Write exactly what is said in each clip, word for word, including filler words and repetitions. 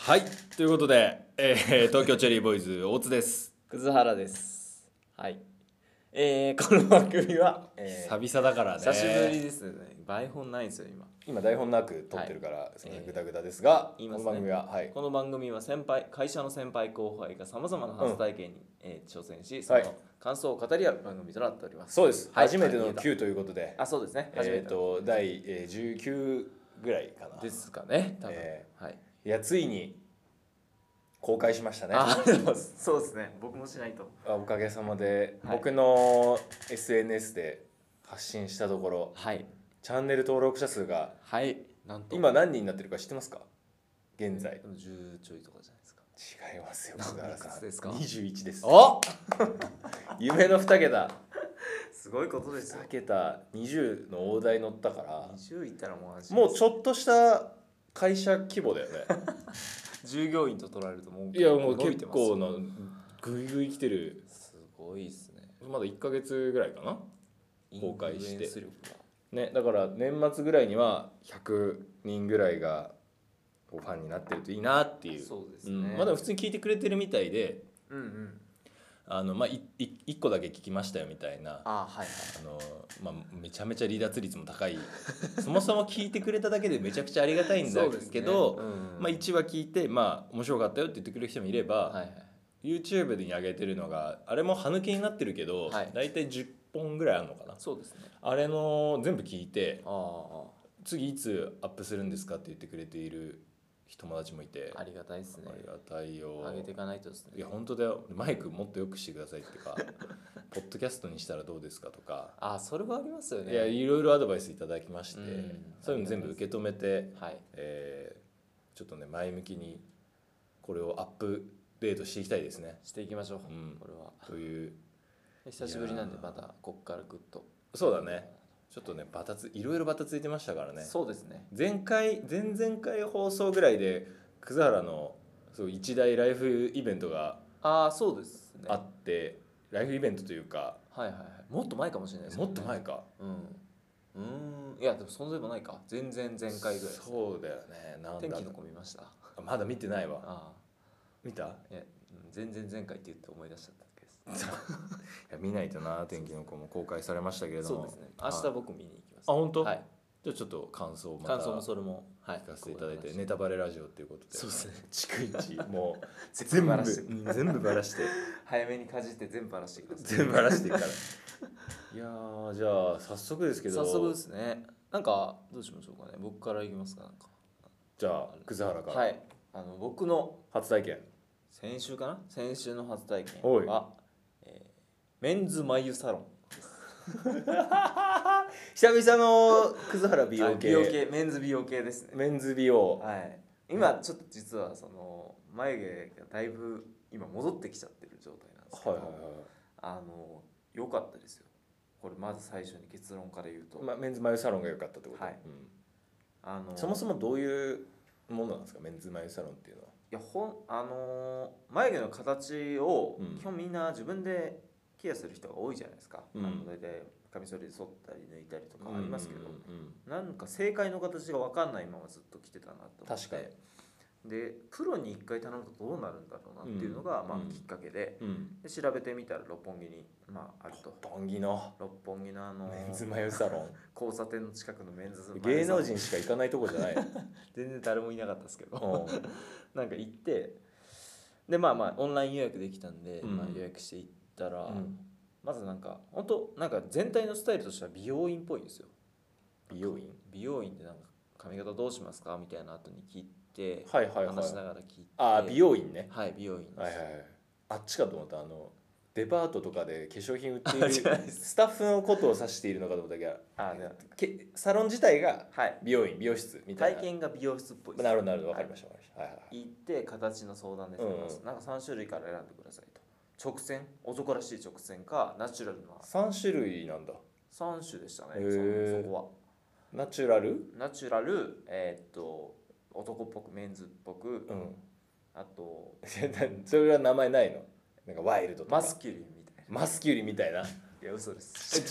はい、ということで、えー、東京チェリーボーイズ大津です。 葛原です。はい。えー、この番組は、えー、 久々だからね。 久しぶりですね。台本ないんですよ今。 今台本なく撮ってるから、 はいすみません、 えーグダグダですが、 言いますねこの番組は、はい、 この番組は先輩会社の先輩後輩がさまざまな初体験に、えー挑戦し、そはいの感想を語り合う番組となっております。 そうです、 はい初めてのはい Q ということで、 あ、そうですね。初めえっ、 てのと第、えー、じゅうきゅうぐらいかな。 ですかね。多分。 えはい。 いやついに公開しましたね。 あ、でもそうですね。僕もしないと。 あおかげさまで、 はい僕の エスエヌエス で発信したところ、 はいチャンネル登録者数がはい。なんと今何人になってるか知ってますか？現在。 じゅうちょいとかじゃないですか。 違いますよ、 何菅原さん。 ですかにじゅういちです。 お夢のに桁。 すごいことですよに。桁にじゅうの大台乗ったからにじゅういったらもう安心もうちょっとした会社規模だよね。 従業員と取られるともういやもう伸びてますよ結構なグイグイ来てる。 すごいですね。 まだいっかげつぐらいかな公開してインフルエンス力がね。だから年末ぐらいにはひゃくにんぐらいがこうファンになってるといいなっていう。 そうですね、 うん、まあでも普通に聞いてくれてるみたいで、 うんうんあのまあいいいっこだけ聞きましたよみたいな。 あはいはいあのまあ、めちゃめちゃ離脱率も高いそもそも聞いてくれただけでめちゃくちゃありがたいんだけど、 そうですねうんまあ、いちわ聞いて、まあ、面白かったよって言ってくれる人もいれば、 はいはい YouTube に上げてるのがあれも歯抜けになってるけど、 はい大体じゅっぽんぐらいあるのかな。 そうですねあれの全部聞いてあ次いつアップするんですかって言ってくれている友達もいて、 あありがたいですね。 ありがたいよ。 上げていかないとですね。 いや本当だよ。マイクもっと良くしてくださいっていうかポッドキャストにしたらどうですかとか、 あそれはありますよね。 いやいろいろアドバイスいただきまして、 うんそういうの全部受け止めて、 はいえーちょっとね前向きにこれをアップデートしていきたいですね。 していきましょう、 うんこれはという久しぶりなんでまたこっからグッとそうだね。ちょっとねバタついろいろバタついてましたからね。 そうですね前回前々回放送ぐらいで葛原のそう一大ライフイベントがああそうですねあって、ライフイベントというかはいはいはいもっと前かもしれないですけどねもっと前か。 うんうーんいやでもそんなでもないか全然前回ぐらいです、ね、 そうだよね。なんだ天気の子見ましたあまだ見てないわ。 あ見た？ あいやうん全然前回って言って思い出しちゃっただけですいや見ないとな。天気の子も公開されましたけれども、 そうですね明日僕見に行きますあ本当？ はいじゃあちょっと感想をまた感想もそれもはい聞かせていただいて、 ここで話ネタバレラジオっていうことで、 そうですね逐一もう全全部部バラしてうん全部バラして早めにかじって全部バラしてください全部バラしていくからいやーじゃあ早速ですけど、 早速ですねなんかどうしましょうかね僕からいきますかなんかじゃあ葛原から、 はいあの僕の初体験。 先週かな先週の初体験おいは、えーメンズ眉サロン久々の葛原美容系、 美容系メンズ美容系ですねメンズ美容、 はい今ちょっと実はその眉毛がだいぶ今戻ってきちゃってる状態なんですけど、 はいはいはい。 あの良かったですよこれまず最初に結論から言うと、 まあ、メンズ眉サロンが良かったってこと、 はいうんあのそもそもどういうものなんですかメンズ眉サロンっていうのは。 いやほんあのー眉毛の形をうん基本みんな自分でケアする人が多いじゃないですか、 うんあの大体カミソリで剃ったり抜いたりとかありますけど、 うんうんうんなんか正解の形が分かんないままずっと来てたなと思って確かに。 でプロに一回頼むとどうなるんだろうなっていうのが、まあうんうんきっかけでうん、 で調べてみたら六本木に、まあ、あると六本木の六本木のあのメンズ眉サロ交差点の近くのメンズン芸能人しか行かないとこじゃない全然誰もいなかったですけどうんなんか行ってでまあまあオンライン予約できたんで、 うんまあ、予約して行ったら、 うんまずなんか本当なんか全体のスタイルとしては美容院っぽいんですよ。 美容院美容院ってなんか髪型どうしますかみたいな後に聞いて、 はいはいはい。 話しながら聞いてああ美容院ね。 はい美容院です、 はいはいはい。あっちかと思ったあのデパートとかで化粧品売っていある違いますスタッフのことを指しているのかと思ったけど、 あでけサロン自体がはい美容院美容室みたいな。 体験が美容室っぽいです。 なるほどなるほどわかりましたわかりました。はいはいはい。 行って形の相談ですね、 うんなんかさん種類から選んでくださいと。直線男らしい直線かナチュラルな三種類なんだ。 さん種でしたねへーそそこはナチュラル？ ナチュラルえーっと男っぽくメンズっぽく、 うん。 あとそれは名前ないの？なんかワイルドとか。 マスキュリンみたいなマスキュリンみたいな。 いや嘘です。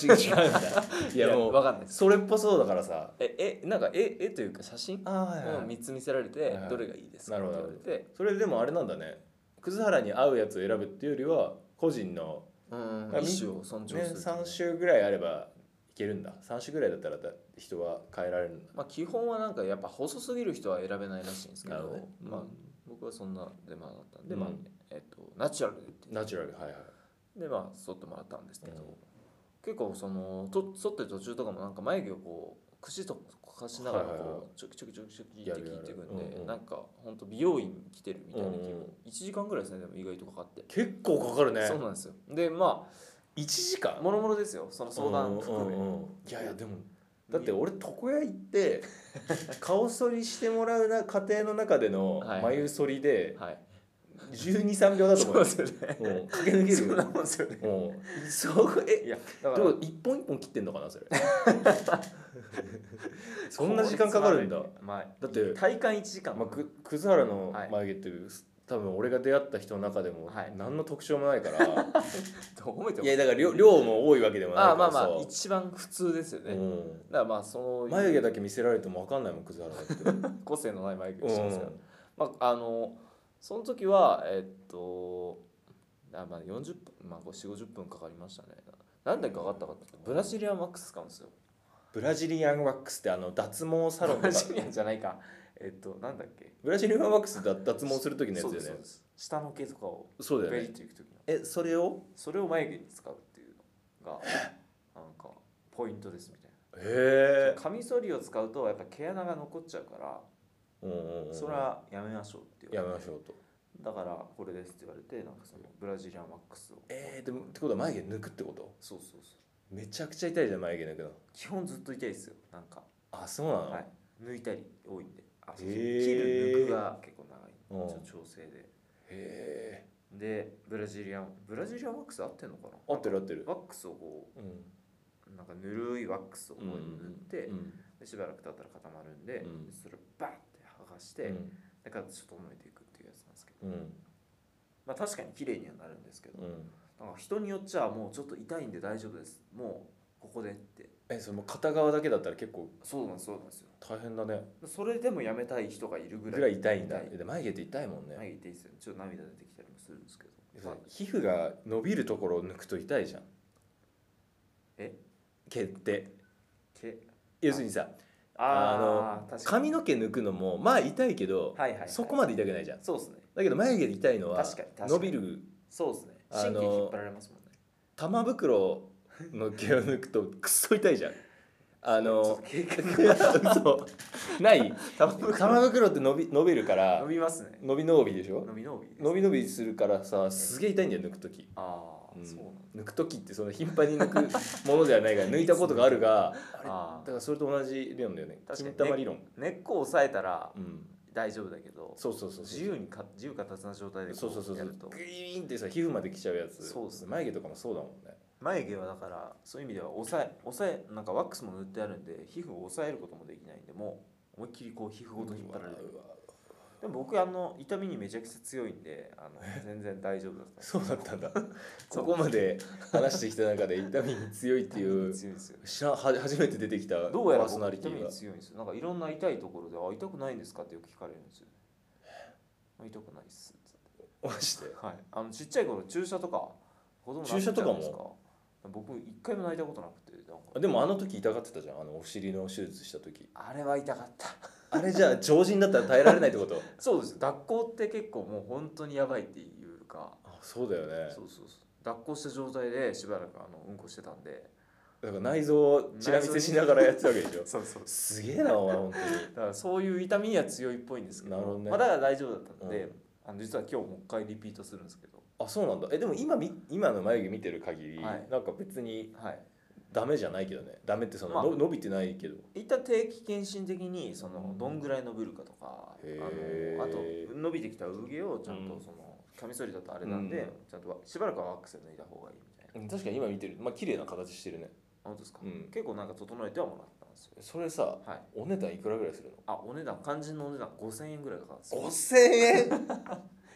違う違うんだ。いやもうわかんないです。 それっぽそうだからさ。 ええなんか絵絵というか写真あー、はいはいをみっつ見せられて、 はいはいどれがいいですかってなるほど言われて、 それでもあれなんだね。葛原に合うやつを選ぶっていうよりは個人の、 うんまあ意思を尊重ね、 する、 さん種ぐらいあればいけるんだ。さん種ぐらいだったらだ人は変えられるんだ。 まあ基本はなんかやっぱ細すぎる人は選べないらしいんですけど、 なるほどねまあ僕はそんなでまあだったんで、 うんまあえっとナチュラルでってナチュラルはいはい。 でまあ剃ってもらったんですけど、 うん結構そのと剃ってる途中とかもなんか眉毛をこう櫛とかしながらはいはいはいこうちょきちょきちょきちょきって切っていくんで、 やるやるうんうんなんか本当美容院来てるみたいな気分、 うんうんいちじかんぐらいですねでも意外とかかって、 結構かかるね。 そうなんですよ。でまいちじかんあもろもろですよその相談含め、 うんうんうんいやいやでもだって俺床屋行って顔剃りしてもらうな過程の中でのはい眉剃りではいじゅうに、さんびょうだと思うよ。 そうですよねうん駆け抜けるよ。 そんなもんですよね。 うんそうえいやだからどう一本一本切ってんのかなそれ。そんな時間かかるんだ。 まあだって体感いちじかん、 まあ、く葛原の眉毛っていう、多分俺が出会った人の中でもはい何の特徴もないから、 どう褒めてもいやだから量量も多いわけでもないあからさ。 あまあまあ一番普通ですよね、だかうんらまあそういう眉毛だけ見せられても分かんないもん葛原だって。 個性のない眉毛をしてますから、 うんまああのその時はえっとあまあよんじゅっぷんまあよんじゅうごじゅっぷんかかりましたね。なんでかかったかって言うとブラジリアンワックス使うんですよ。 ブラジリアンワックスってあの脱毛サロンとかブラジリアンじゃないか、えっとなんだっけ、 ブラジリアンワックスって脱毛する時のやつそうだよね。 ですそうです下の毛とかをそうだよねベリッといく時の、 えそれをそれを眉毛に使うっていうのがなんかポイントですみたいな。 へえカミソリを使うとやっぱ毛穴が残っちゃうからうんうんうんそれはやめましょうって言やわれて、 めましょうと。 だからこれですって言われてなんかそのブラジリアンワックスをえー、でもってことは眉毛抜くってこと？ そうそうそうめちゃくちゃ痛いじゃん眉毛抜くの。 基本ずっと痛いですよなんか、 あそうなの、 はい、抜いたり多いんで、あそうそうへー切る抜くが結構長いうんちょっと調整で、 へでブラジリアンブラジリアンワックス合ってんのかな、 え合ってる合ってる。 ワックスをこうんうなんかぬるいワックスをこう塗って、 うんでしばらく経ったら固まるんで、 うんでそれをバッて剥がして、 うんで形整えていくっていうやつなんですけど、 うんまあ確かに綺麗にはなるんですけど、 うんなんか人によっちゃもうちょっと痛いんで大丈夫ですもうここでって、 えその片側だけだったら結構そうなんですそうなんですよ。 大変だね。 それでもやめたい人がいるぐらいぐらい痛いんだ。 痛いで眉毛って痛いもんね。 眉毛痛いですよね。ちょっと涙出てきたりもするんですけど、まあ皮膚が伸びるところを抜くと痛いじゃん。 え毛って毛要するにさあー確かに髪の毛抜くのもまあ痛いけど、 はいはいはいそこまで痛くないじゃん。 そうですねだけど眉毛で痛いのは確かに確かに伸びるそうですねあの神経引っ張られますもんね。 玉袋の毛を抜くとくっそ痛いじゃん。あちょっのと経験嘘ない玉袋玉袋って伸び伸びるから伸びますね。 伸び伸びでしょ。 伸び伸びです伸び伸びするからさすげえ痛いんだよ抜く時。 ああ、 うんそうなんだ。 抜く時ってその頻繁に抜くものではないから抜いたことがあるがあれあだからそれと同じ理論だよね。 確かに金玉理論。 根っこを押さえたらうん大丈夫だけど、 そうそうそうそう自由にか自由か達な状態でこそうそうそうそううやるとグイーンってさ皮膚まで来ちゃうやつ。 そうっすね眉毛とかもそうだもんね。 眉毛はだからそういう意味では押さえ押さえなんかワックスも塗ってあるんで皮膚を押さえることもできないんでもう思いっきりこう皮膚ごと引っ張られる。 うわうわでも僕あの痛みにめちゃくちゃ強いんであの全然大丈夫だった。 そうだったんだ。ここまで話してきた中で痛みに強いっていう強いですよ。 知らんは初めて出てきたどうやらパーソナリテ痛みにィが。 強いんですよ。なんかいろんな痛いところであ痛くないんですかってよく聞かれるんですよ。あ痛くないっすっつって。 マジで。 はい。あのちっちゃい頃注射とか子供注射とかもなったじゃないですか。僕一回も泣いたことなくてなんかでもあの時痛がってたじゃん。あのお尻の手術した時。 あれは痛かった。 あれじゃあ常人だったら耐えられないってこと。 そうです。脱行って結構もう本当にやばいっていうか。 あそうだよね。 そうそうそう。脱行した状態でしばらくあのうんこしてたんで。 だから内臓をチラ見せしながらやってたわけでしょ。 そうそう。 すげえなお前本当に。 だからそういう痛みには強いっぽいんですけど。 なるほどねまあだから大丈夫だったんで、 うんあの実は今日もう一回リピートするんですけど。 あそうなんだ。えでも今み今の眉毛見てる限り、 はいなんか別にはい。 ダメじゃないけどね。ダメってその、 まあの伸びてないけど。 一旦定期検診的にそのどんぐらい伸びるかとか、 へーあのあと伸びてきた産毛をちゃんとうんそのカミソリだとあれなんで、 うんちゃんとわしばらくはワックスで脱いだ方がいいみたいな。 うん確かに今見てるまあ綺麗な形してるね。 本当ですか、 うん結構なんか整えてはもらったんですよ。 それさはい。 お値段いくらぐらいするの？ あお値段肝心のお値段ごせんえんぐらいかかるんですよ。 ごせんえん。 結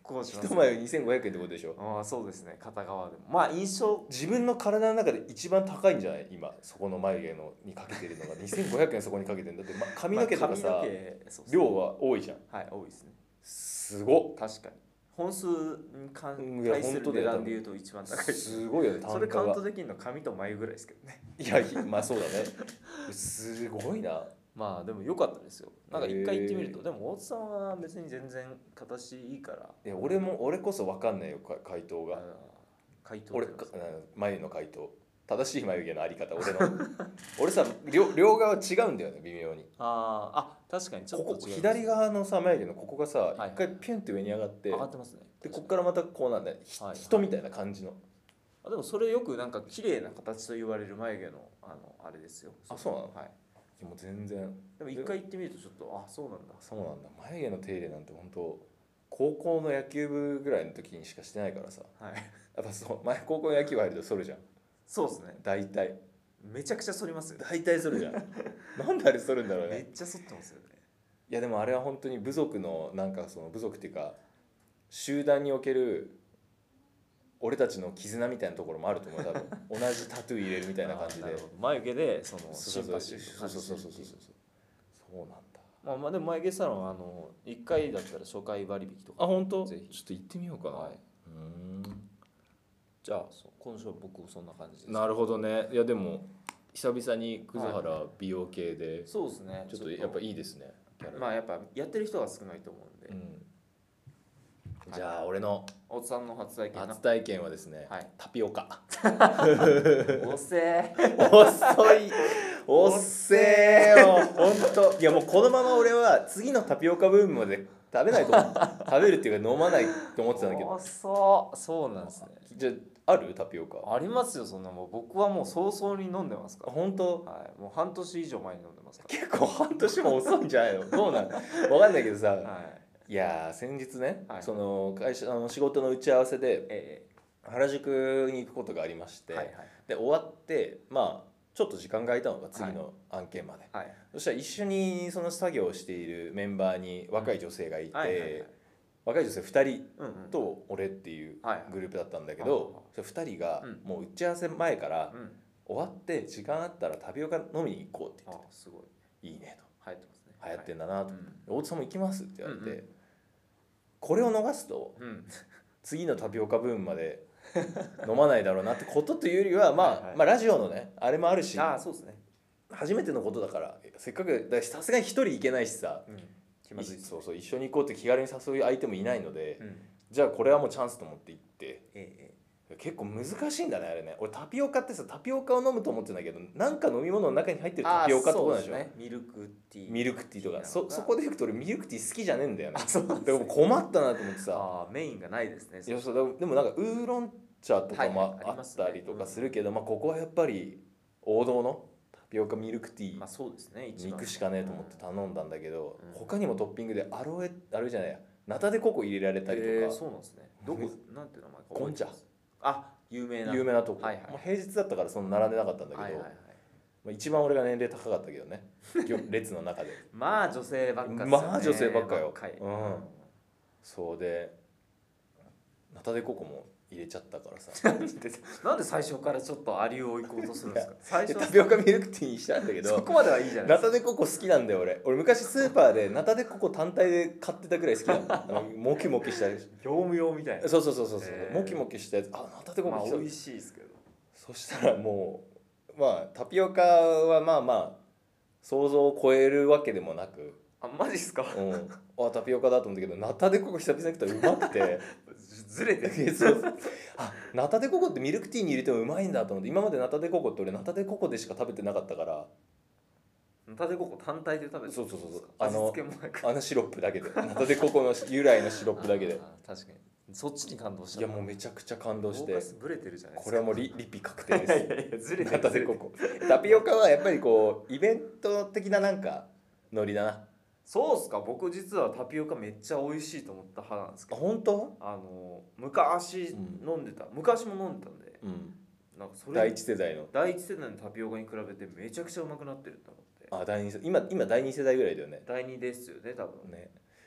構します一眉にせんごひゃくえんってことでしょ。 ああそうですね、片側でもまあ印象自分の体の中で一番高いんじゃない今そこの眉毛のにかけてるのがにせんごひゃくえんそこにかけてるんだって、ま、髪の毛とかさ、 まあ髪の毛そうですね量は多いじゃん。 はい多いですね。 すごっ。 確かに本数に関うんいや対する本当だよ値段で言うと一番高いですね。 すごいよね単価が。 それカウントできるの髪と眉ぐらいですけどね。 いやまあそうだね。すごいな。 まあでも良かったですよ。なんか一回行ってみると、 へーでも大津さんは別に全然形いいからいや俺も俺こそ分かんないよか回答が。 あの回答俺ってことかあの眉の回答正しい眉毛のあり方俺の俺さ両両側違うんだよね微妙に。 あーあ確かにちょっことこ違いますね左側のさ眉毛のここがさはい一回ピュンって上に上がって、 上がってますね。 でこっからまたこうなんだよ、ひはい人みたいな感じの。 あでもそれよくなんか綺麗な形と言われる眉毛のあのあれですよ。 あそうなのはい。 いやもう全然でも一回行ってみるとちょっとあそうなんだ。 そうなんだ。眉毛の手入れなんて本当高校の野球部ぐらいの時にしかしてないからさ。 はい。 やっぱそう前高校の野球部入ると剃るじゃんそうですね。 大体。 めちゃくちゃ反りますよね。 大体剃るじゃんなんであれ剃るんだろうめね。 っちゃ反ってますよね。 いやでもあれは本当に部族のなんかその部族っていうか集団における俺たちの絆みたいなところもあると思う多分同じタトゥー入れるみたいな感じで。 あーなるほど眉毛でそのそうそうそうシンパシーとそうそうそうそうそう感じそうなんだ。 まあまあでも眉毛サロンあのいっかいだったら初回割引とかあ本当ぜひちょっと行ってみようかな。 はいうーんじゃあそう今週は僕そんな感じです。 なるほどね。いやでも久々に葛原美容系でそうですね。 ちょっとやっぱいいですねキャラ。 まあやっぱやってる人が少ないと思うんで、 うんじゃあ俺の大津さんの初体験な初体験はですね、 はいタピオカ。 おせえ遅い遅えよ本当。いやもうこのまま俺は次のタピオカブームまで食べないと思う食べるっていうか飲まないと思ってたんだけど。 遅そうなんですね。 じゃああるタピオカ。 ありますよそんなもう僕はもう早々に飲んでますから。 本当はいもう半年以上前に飲んでますか結構半年も遅いんじゃないのどうなんわかんないけどさ、 ら。はいいやー先日ね、 はいその会社あの仕事の打ち合わせでえ原宿に行くことがありまして、 えはいはいで終わってまあちょっと時間が空いたのが次の案件まで、 はいそしたら一緒にその作業をしているメンバーに若い女性がいて、 はいはいはい若い女性ふたりうんうんと俺っていうはいはいグループだったんだけはいはいど、それふたりがうんもう打ち合わせ前からうん終わって時間あったらタピオカ飲みに行こうって言あってすごいて、いいね流行ってますね。 と流行ってんだなと、 うん大津さんも行きますって言われて、 うんうんこれを逃すとうん次のタピオカブームまで飲まないだろうなってことというよりはまあ、 はいはいまあラジオのねあれもあるしああそうですね。 初めてのことだからせっかくだからさすがに一人行けないしさ、 うん気まずいですね。 そうそう一緒に行こうって気軽に誘う相手もいないので、 うんじゃあこれはもうチャンスと思って行ってええ結構難しいんだねあれね。俺タピオカってさタピオカを飲むと思ってんだけどなんか飲み物の中に入ってるタピオカってことなんでしょ。 あーそうですね。ミルクティーミルクティーとかなのそそこでいくと俺ミルクティー好きじゃねえんだよね。 あそうなんでも困ったなと思ってさ、 あーメインがないですね。 いやそうだでもなんかウーロン茶とかはいもはいありあますねったりとかするけど、まあここはやっぱり王道のタピオカミルクティーまあそうですね。一番肉しかねえと思って頼んだんだけど、 うん他にもトッピングでアロエあれじゃないやナタデココ入れられたりとか、 えーそうなんですね。どこなんていう名前か覚えてます。あ有名な有名なとこ、 はいはいまあ、平日だったからその並んでなかったんだけど、 はいはいはい。 まあ、一番俺が年齢高かったけどね行列の中でまあ女性ばっかですよね。 まあ女性ばっかよばっかりうんそうでナタデココも入れちゃったからさなんで最初からちょっとアリを行こうとするんですか。最初でタピオカミルクティーにしたんだけどそこまではいいじゃないですか。 ナタデココ好きなんだよ俺俺昔スーパーでナタデココ単体で買ってたぐらい好きなのあのモキモキした業務用みたいな。 そうそうそうそうそう、 へーモキモキしたやつあナタデココ来た、 まあ美味しいですけど。 そしたらもうまあタピオカはまあまあ想像を超えるわけでもなく、 あマジっすか。 うん、あタピオカだと思ったけどナタデココ久々に食ったらうまくてずれてる。 そうそうあナタデココってミルクティーに入れてもうまいんだと思って今までナタデココって俺ナタデココでしか食べてなかったからナタデココ単体で食べてそうそうそうそう味あの付けもなくあのシロップだけでナタデココの由来のシロップだけであー確かにそっちに感動したいやもうめちゃくちゃ感動しフォてーカスブレてるじゃないですか。 これはもうリリピ確定いですやいやいやずれてナるタデココタピオカはやっぱりこうイベント的ななんかノリだな。 そうっすか。僕実はタピオカめっちゃ美味しいと思った派なんですけあど、 本当あの昔飲んでた、昔も飲んでたんで、 うんなんかそれ第一世代の第一世代のタピオカに比べてめちゃくちゃうまくなってると思って。 あ第二世今今第二世代ぐらいだよね第二ですよね多分。 ね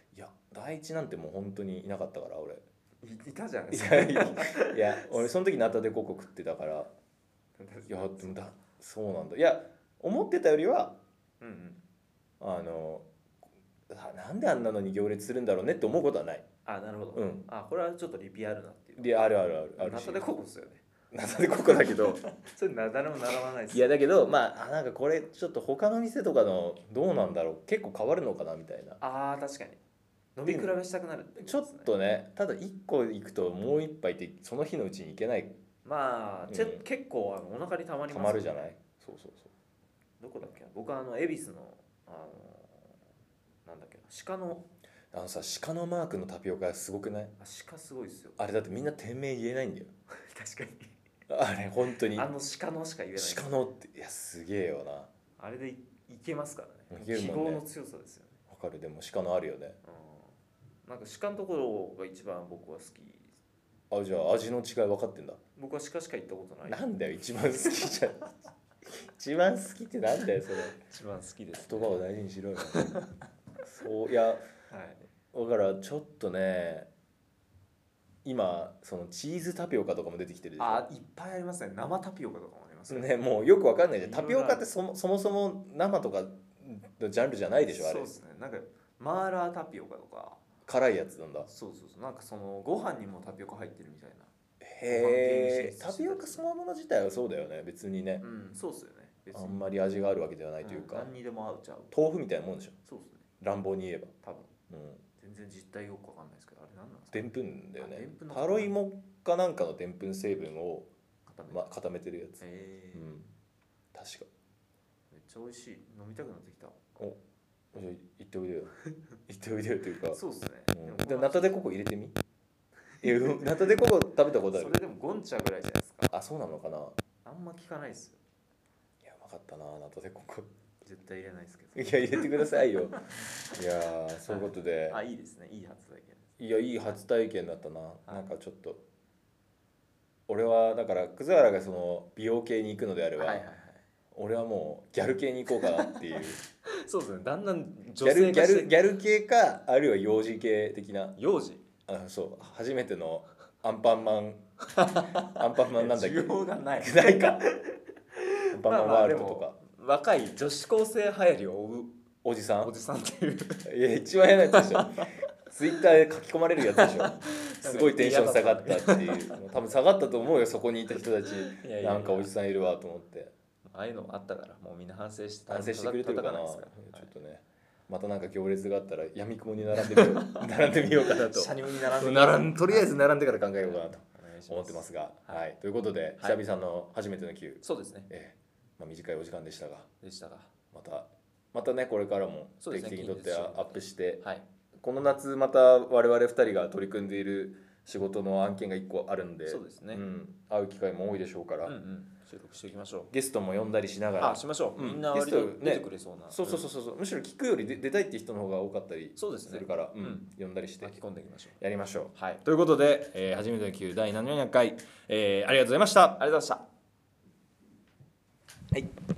いや第一なんてもう本当にいなかったから俺。 いいたじゃないいですか。 やいやいや俺その時ナタデココ食ってたから。いやでもだそうなんだ。いや思ってたよりはうんうん。 あのあなんであんなのに行列するんだろうねって思うことはない。 あ、なるほど。 うんあ、これはちょっとリピあるなっていう。 であるあるあるあるし。 ナタデココですよね。 ナタデココだけどそれな誰も習わないです。 いやだけどまああなんかこれちょっと他の店とかのどうなんだろう結構変わるのかなみたいな。 ああ、確かに。飲み比べしたくなるってちょっとねただいっこ行くともう一杯ってその日のうちに行けないまあ、 うんち結構あのお腹にたまりますたまるじゃない。そうそうそうどこだっけな、僕はあの恵比寿のあのなんだっけな、鹿のあのさ鹿のマークのタピオカすごくない。 あ鹿すごいですよ。 あれだってみんな店名言えないんだよ確かに。 あれ本当にあの鹿のしか言えない。 鹿のっていやすげえよな。 あれでいいけますからね。 いけるもんね希望の強さですよね。 わかるでも鹿のあるよね。 うん、なんか鹿のところが一番僕は好き。 あじゃあ味の違い分かってんだ。 僕は鹿しか行ったことない。 なんだよ一番好きじゃん一番好きってなんだよそれ。 一番好きです、ね、 言葉を大事にしろよそういやはいだからちょっとね今そのチーズタピオカとかも出てきてるでしょ。 あ、いっぱいありますね。生タピオカとかもありますねもうよくわかんないじゃん。タピオカってそそもそもそも生とかのジャンルじゃないでしょあれ。 そうですね。なんかマーラータピオカとか辛いやつなんだ。 そうそうそう、なんかそのご飯にもタピオカ入ってるみたいな。 へえタピオカそのもの自体はそうだよね別にね。 うん、そうっすよね。別にあんまり味があるわけではないというか、 うん、何にでも合うちゃう。 豆腐みたいなもんでしょそうっすね。 乱暴に言えば。 多分うん全然実態よくわかんないですけど、あれ何なんですか。 でんぷんだよねあでんぷんのタロイモかなんかのでんぷん成分を、 固めて、 ま、固めてるやつ、 えーうん確か。 めっちゃ美味しい。飲みたくなってきた。 おじゃあ行っておいでよ行っておいでよというかそうっすね。 うん、でナタデココ入れてみいやナタデココ食べたことある。 それでもゴンチャぐらいじゃないですか。 あそうなのかな。 あんま聞かないっすよ。 いやうまかったなナタデココ絶対入れないですけど。 いや入れてくださいよいやーそういうことであ、いいですね。いい発体験。 いやいい初体験だったな、 いなんかちょっと俺はだから葛原がその美容系に行くのであれば、 はいはいはい。 俺はもうギャル系に行こうかなっていうそうですね。だんだんギ女ャルギャ性化してルギャル系かあるいは幼児系的な。 幼児。 あそう初めてのアンパンマンアンパンマンなんだっけ需要がない。 ないかアンパンマンワールドとか、 まあまあ若い女子高生流行りを追うおじさんおじさんっていういや一番嫌なやつでしょツイッターで書き込まれるやつでしょすごいテンション下がったっていう多分下がったと思うよそこにいた人たち。 いやいやいやなんかおじさんいるわと思ってああいうのあったからもうみんな反省して反省してくれてるかな。 叩かないですちょっとねまたなんか行列があったら闇雲に並んでみよう並んでみようかなと車両に並んで並んとりあえず並んでから考えようかなとお願いします思ってますが、 はいはい、ということではい久々の初めての Q、 そうですねええまあ、短いお時間でしたがでしたがまたまたねこれからもそうですね定期的にとってはアップして、 はいこの夏また我々ふたりが取り組んでいる仕事の案件がいっこあるんでそうですねん、会う機会も多いでしょうから、 うんうん収録していきましょゲストも呼んだりしながうらあしましょう、 うんみんな割とゲストね出てくれそうな、 そうそうそうそうそうむしろ聞くより出出たいって人の方が多かったりそうですねするから、うんうん呼んだりして巻き込んでいきましょう。 やりましょう。 はい、 ということで、えー初めての Q だいななじゅうよんかい、えーありがとうございました。 ありがとうございました。 はい